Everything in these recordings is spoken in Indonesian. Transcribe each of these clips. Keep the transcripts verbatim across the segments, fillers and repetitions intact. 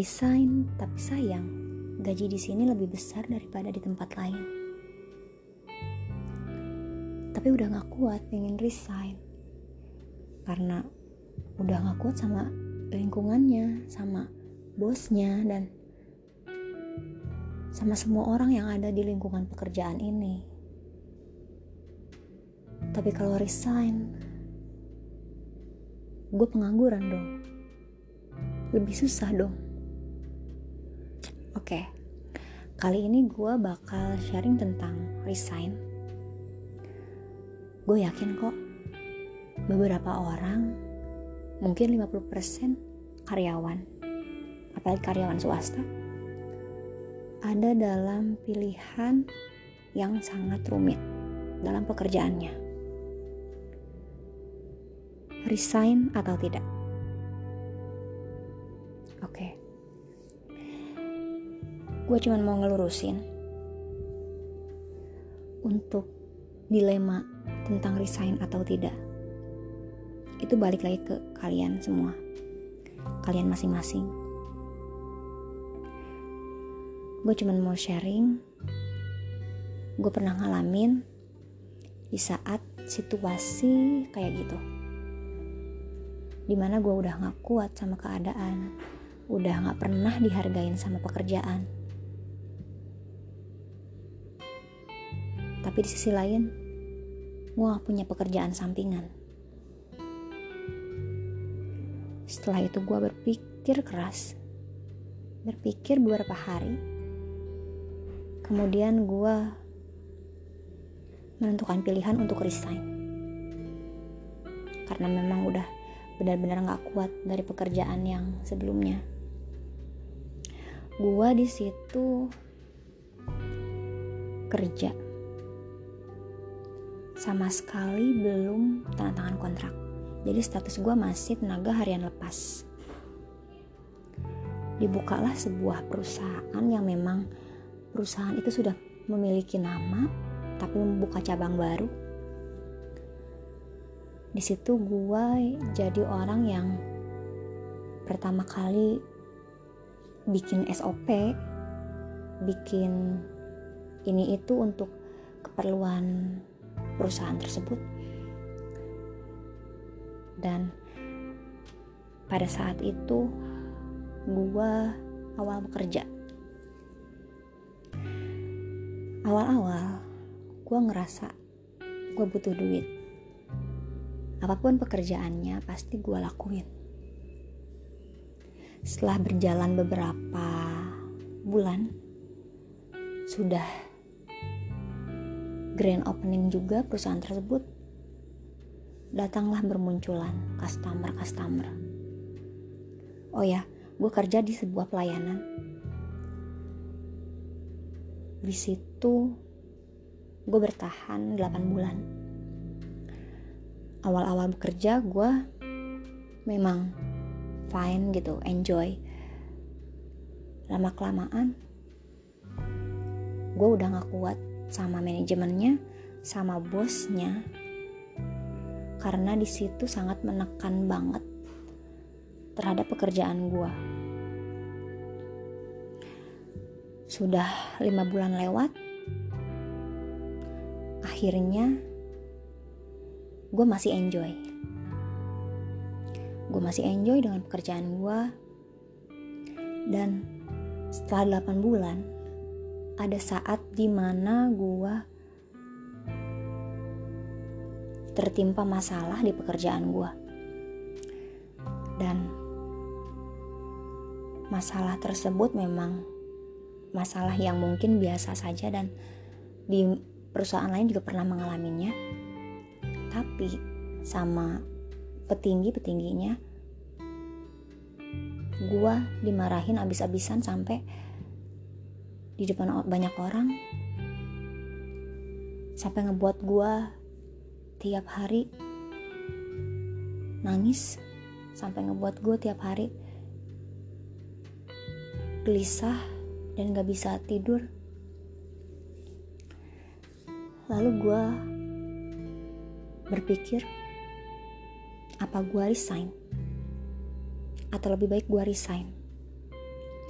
resign, tapi sayang gaji di sini lebih besar daripada di tempat lain. Tapi udah gak kuat pengen resign karena udah gak kuat sama lingkungannya, sama bosnya, dan sama semua orang yang ada di lingkungan pekerjaan ini. Tapi kalau resign, gue pengangguran dong, lebih susah dong. Oke, kali ini gue bakal sharing tentang resign. Gue yakin kok beberapa orang, mungkin lima puluh persen karyawan, apalagi karyawan swasta, ada dalam pilihan yang sangat rumit dalam pekerjaannya. Resign atau tidak? Oke. Gue cuma mau ngelurusin untuk dilema tentang resign atau tidak. Itu balik lagi ke kalian semua, kalian masing-masing. Gue cuma mau sharing, gue pernah ngalamin di saat situasi kayak gitu, dimana gue udah gak kuat sama keadaan, udah gak pernah dihargain sama pekerjaan. Tapi di sisi lain, gue gak punya pekerjaan sampingan. Setelah itu gue berpikir keras, berpikir beberapa hari, kemudian gue menentukan pilihan untuk resign. Karena memang udah benar-benar gak kuat dari pekerjaan yang sebelumnya. Gue di situ kerja, sama sekali belum tanda tangan kontrak. Jadi status gue masih tenaga harian lepas. Dibukalah sebuah perusahaan yang memang perusahaan itu sudah memiliki nama, tapi membuka cabang baru. Di situ gue jadi orang yang pertama kali bikin S O P, bikin ini itu untuk keperluan perusahaan tersebut. Dan pada saat itu gue awal bekerja, awal-awal gue ngerasa gue butuh duit. Apapun pekerjaannya pasti gue lakuin. Setelah berjalan beberapa bulan, sudah grand opening juga perusahaan tersebut, datanglah bermunculan customer-customer. Oh ya, gue kerja di sebuah pelayanan. Di situ gue bertahan delapan bulan. Awal-awal bekerja gue memang fine gitu, enjoy. Lama-kelamaan gue udah gak kuat sama manajemennya, sama bosnya, karena di situ sangat menekan banget terhadap pekerjaan gue. Sudah lima bulan lewat, akhirnya gue masih enjoy. Gue masih enjoy dengan pekerjaan gue. Dan setelah delapan bulan, ada saat dimana gue tertimpa masalah di pekerjaan gue. Dan masalah tersebut memang masalah yang mungkin biasa saja dan di perusahaan lain juga pernah mengalaminya. Tapi sama petinggi-petingginya, gue dimarahin abis-abisan sampai di depan banyak orang, sampai ngebuat gue tiap hari nangis, sampai ngebuat gue tiap hari gelisah dan gak bisa tidur. Lalu gue berpikir, apa gue resign? Atau lebih baik gue resign?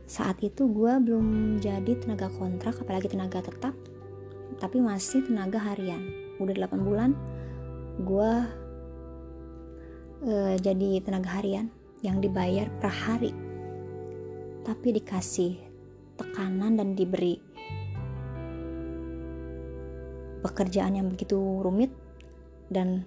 Saat itu gue belum jadi tenaga kontrak, apalagi tenaga tetap, tapi masih tenaga harian. Udah delapan bulan gue uh, jadi tenaga harian yang dibayar per hari, tapi dikasih tekanan dan diberi pekerjaan yang begitu rumit, dan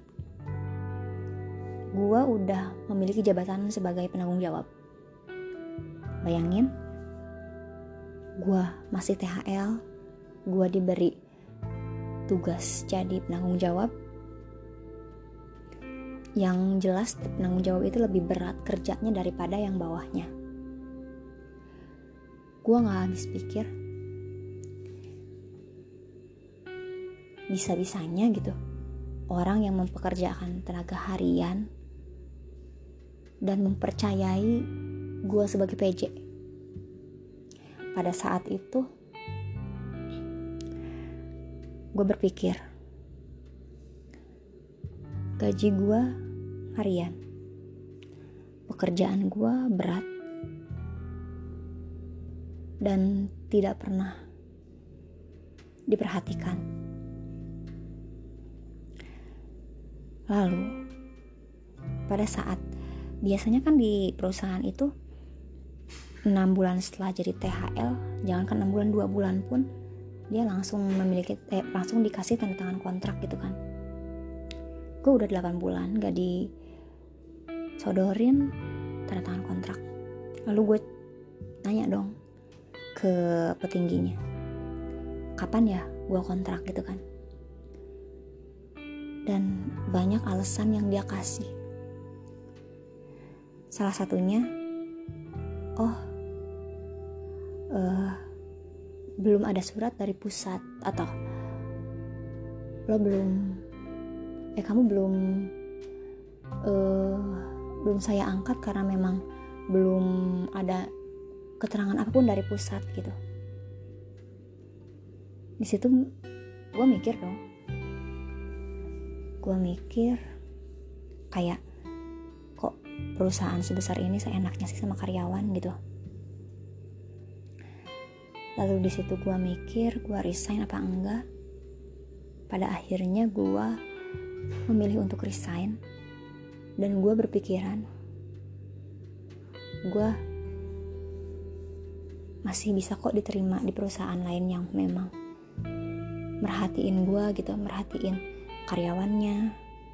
gue udah memiliki jabatan sebagai penanggung jawab. Bayangin, gue masih T H L, gue diberi tugas jadi penanggung jawab. Yang jelas penanggung jawab itu lebih berat kerjanya daripada yang bawahnya. Gue gak habis pikir, bisa-bisanya gitu orang yang mempekerjakan tenaga harian dan mempercayai gue sebagai P J. Pada saat itu gue berpikir, gaji gue harian, pekerjaan gue berat, dan tidak pernah diperhatikan. Lalu pada saat biasanya kan di perusahaan itu enam bulan setelah jadi T H L, jangankan enam bulan, dua bulan pun dia langsung memiliki eh, langsung dikasih tanda tangan kontrak gitu kan. Gue udah delapan bulan gak disodorin tanda tangan kontrak. Lalu gue nanya dong ke petingginya, kapan ya gue kontrak gitu kan. Dan banyak alasan yang dia kasih. Salah satunya, oh uh, belum ada surat dari pusat, atau lo belum eh kamu belum uh, belum saya angkat karena memang belum ada keterangan apapun dari pusat gitu. Di situ gue mikir dong, gue mikir kayak, kok perusahaan sebesar ini seenaknya sih sama karyawan gitu. Lalu di situ gue mikir, gue resign apa enggak. Pada akhirnya gue memilih untuk resign, dan gue berpikiran gue masih bisa kok diterima di perusahaan lain yang memang merhatiin gue gitu, merhatiin karyawannya,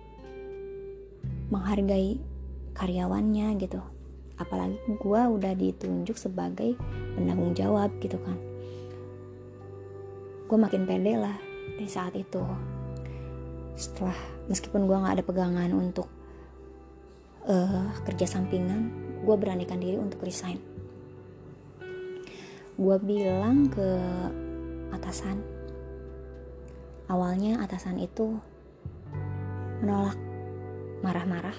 menghargai karyawannya gitu. Apalagi gue udah ditunjuk sebagai penanggung jawab gitu kan. Gue makin pede lah di saat itu. Setelah, meskipun gue gak ada pegangan untuk uh, kerja sampingan, gue beranikan diri untuk resign. Gue bilang ke atasan. Awalnya atasan itu menolak, marah-marah.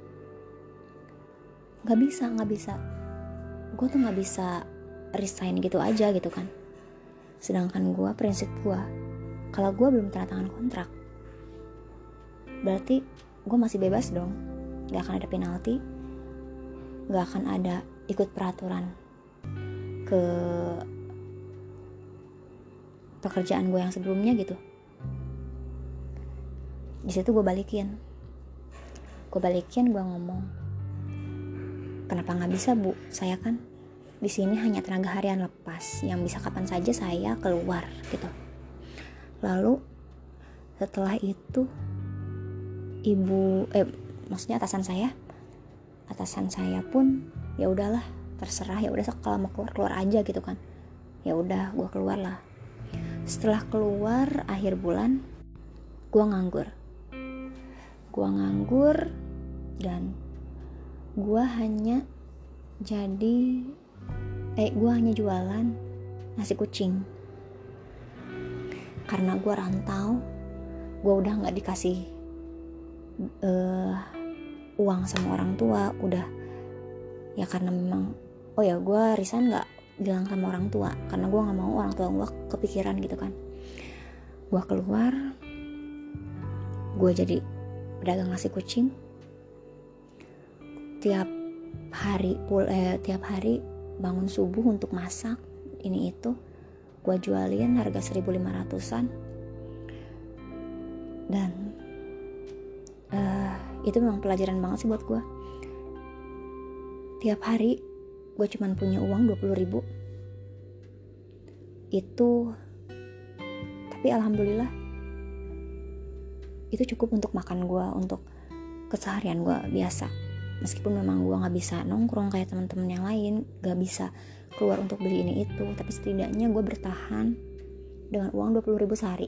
Gak bisa, gak bisa. Gue tuh gak bisa resign gitu aja gitu kan. Sedangkan gue, prinsip gue, kalau gue belum tanda tangan kontrak, berarti gue masih bebas dong. Gak akan ada penalti, gak akan ada ikut peraturan ke pekerjaan gue yang sebelumnya gitu. Di situ gue balikin, gue balikin, gue ngomong, kenapa nggak bisa bu? Saya kan di sini hanya tenaga harian lepas, yang bisa kapan saja saya keluar gitu. Lalu setelah itu ibu, eh maksudnya atasan saya, atasan saya pun ya udahlah, terserah, ya udah kalau mau keluar keluar aja gitu kan. Ya udah, gue keluar lah. Setelah keluar akhir bulan, gue nganggur. Gue nganggur dan gue hanya jadi eh gue hanya jualan nasi kucing. Karena gue rantau, gue udah nggak dikasih uh, uang sama orang tua, udah ya karena memang oh ya gue resign nggak bilang sama orang tua karena gue nggak mau orang tua gue kepikiran gitu kan. Gue keluar, gue jadi pedagang nasi kucing. Tiap hari pul eh, tiap hari bangun subuh untuk masak ini itu, gue jualin harga seribu lima ratusan. Dan uh, itu memang pelajaran banget sih buat gue. Tiap hari gue cuman punya uang dua puluh ribu itu, tapi alhamdulillah itu cukup untuk makan gue, untuk keseharian gue biasa. Meskipun memang gue gak bisa nongkrong kayak teman-teman yang lain, gak bisa keluar untuk beli ini itu, tapi setidaknya gue bertahan dengan uang dua puluh ribu sehari.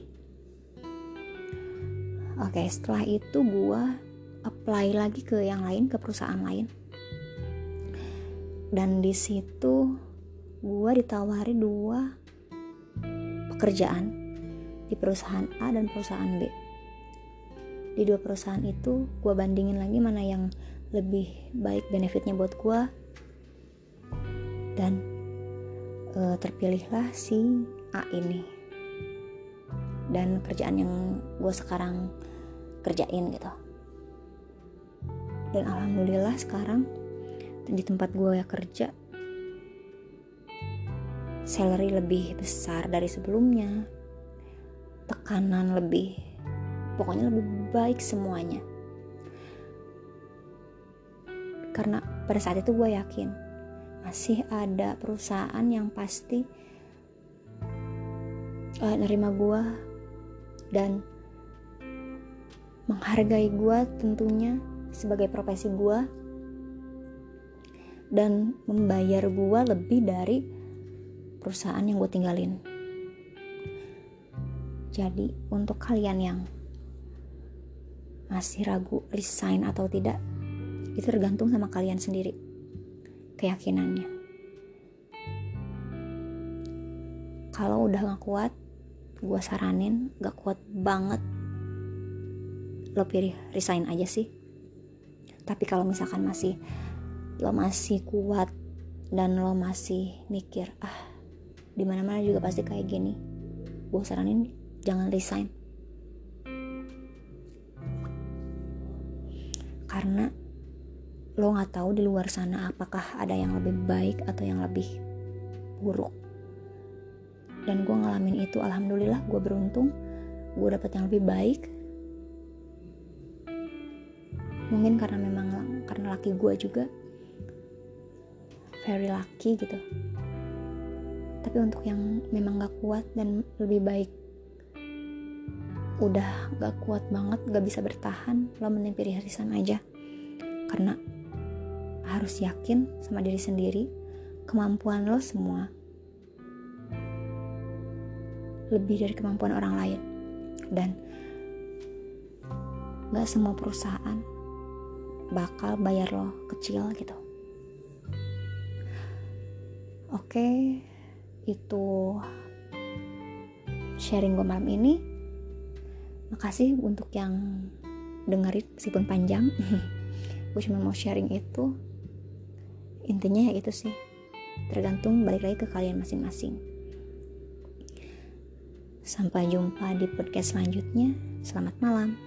Oke, setelah itu gue apply lagi ke yang lain, ke perusahaan lain. Dan di situ gue ditawari dua pekerjaan di perusahaan A dan perusahaan B. Di dua perusahaan itu gue bandingin lagi mana yang lebih baik benefitnya buat gue, dan e, terpilihlah si A ini dan kerjaan yang gue sekarang kerjain gitu. Dan alhamdulillah sekarang di tempat gue ya kerja, salary lebih besar dari sebelumnya, tekanan lebih, pokoknya lebih baik semuanya. Karena pada saat itu gue yakin masih ada perusahaan yang pasti uh, nerima gue dan menghargai gue tentunya sebagai profesi gue, dan membayar gue lebih dari perusahaan yang gue tinggalin. Jadi untuk kalian yang masih ragu resign atau tidak, itu tergantung sama kalian sendiri, keyakinannya. Kalau udah gak kuat, gue saranin gak kuat banget, lo pilih resign aja sih. Tapi kalau misalkan masih lo masih kuat dan lo masih mikir ah di mana-mana juga pasti kayak gini, gue saranin jangan resign. Karena lo nggak tahu di luar sana apakah ada yang lebih baik atau yang lebih buruk. Dan gue ngalamin itu, alhamdulillah gue beruntung, gue dapet yang lebih baik. Mungkin karena memang karena laki gue juga very lucky gitu. Tapi untuk yang memang gak kuat dan lebih baik udah gak kuat banget, gak bisa bertahan, lo mending pilih resign aja. Karena harus yakin sama diri sendiri, kemampuan lo semua lebih dari kemampuan orang lain, dan gak semua perusahaan bakal bayar lo kecil gitu. Oke, itu sharing gue malam ini. Makasih untuk yang dengerin meskipun panjang. Gue cuma mau sharing itu. Intinya ya itu sih, tergantung balik lagi ke kalian masing-masing. Sampai jumpa di podcast selanjutnya. Selamat malam.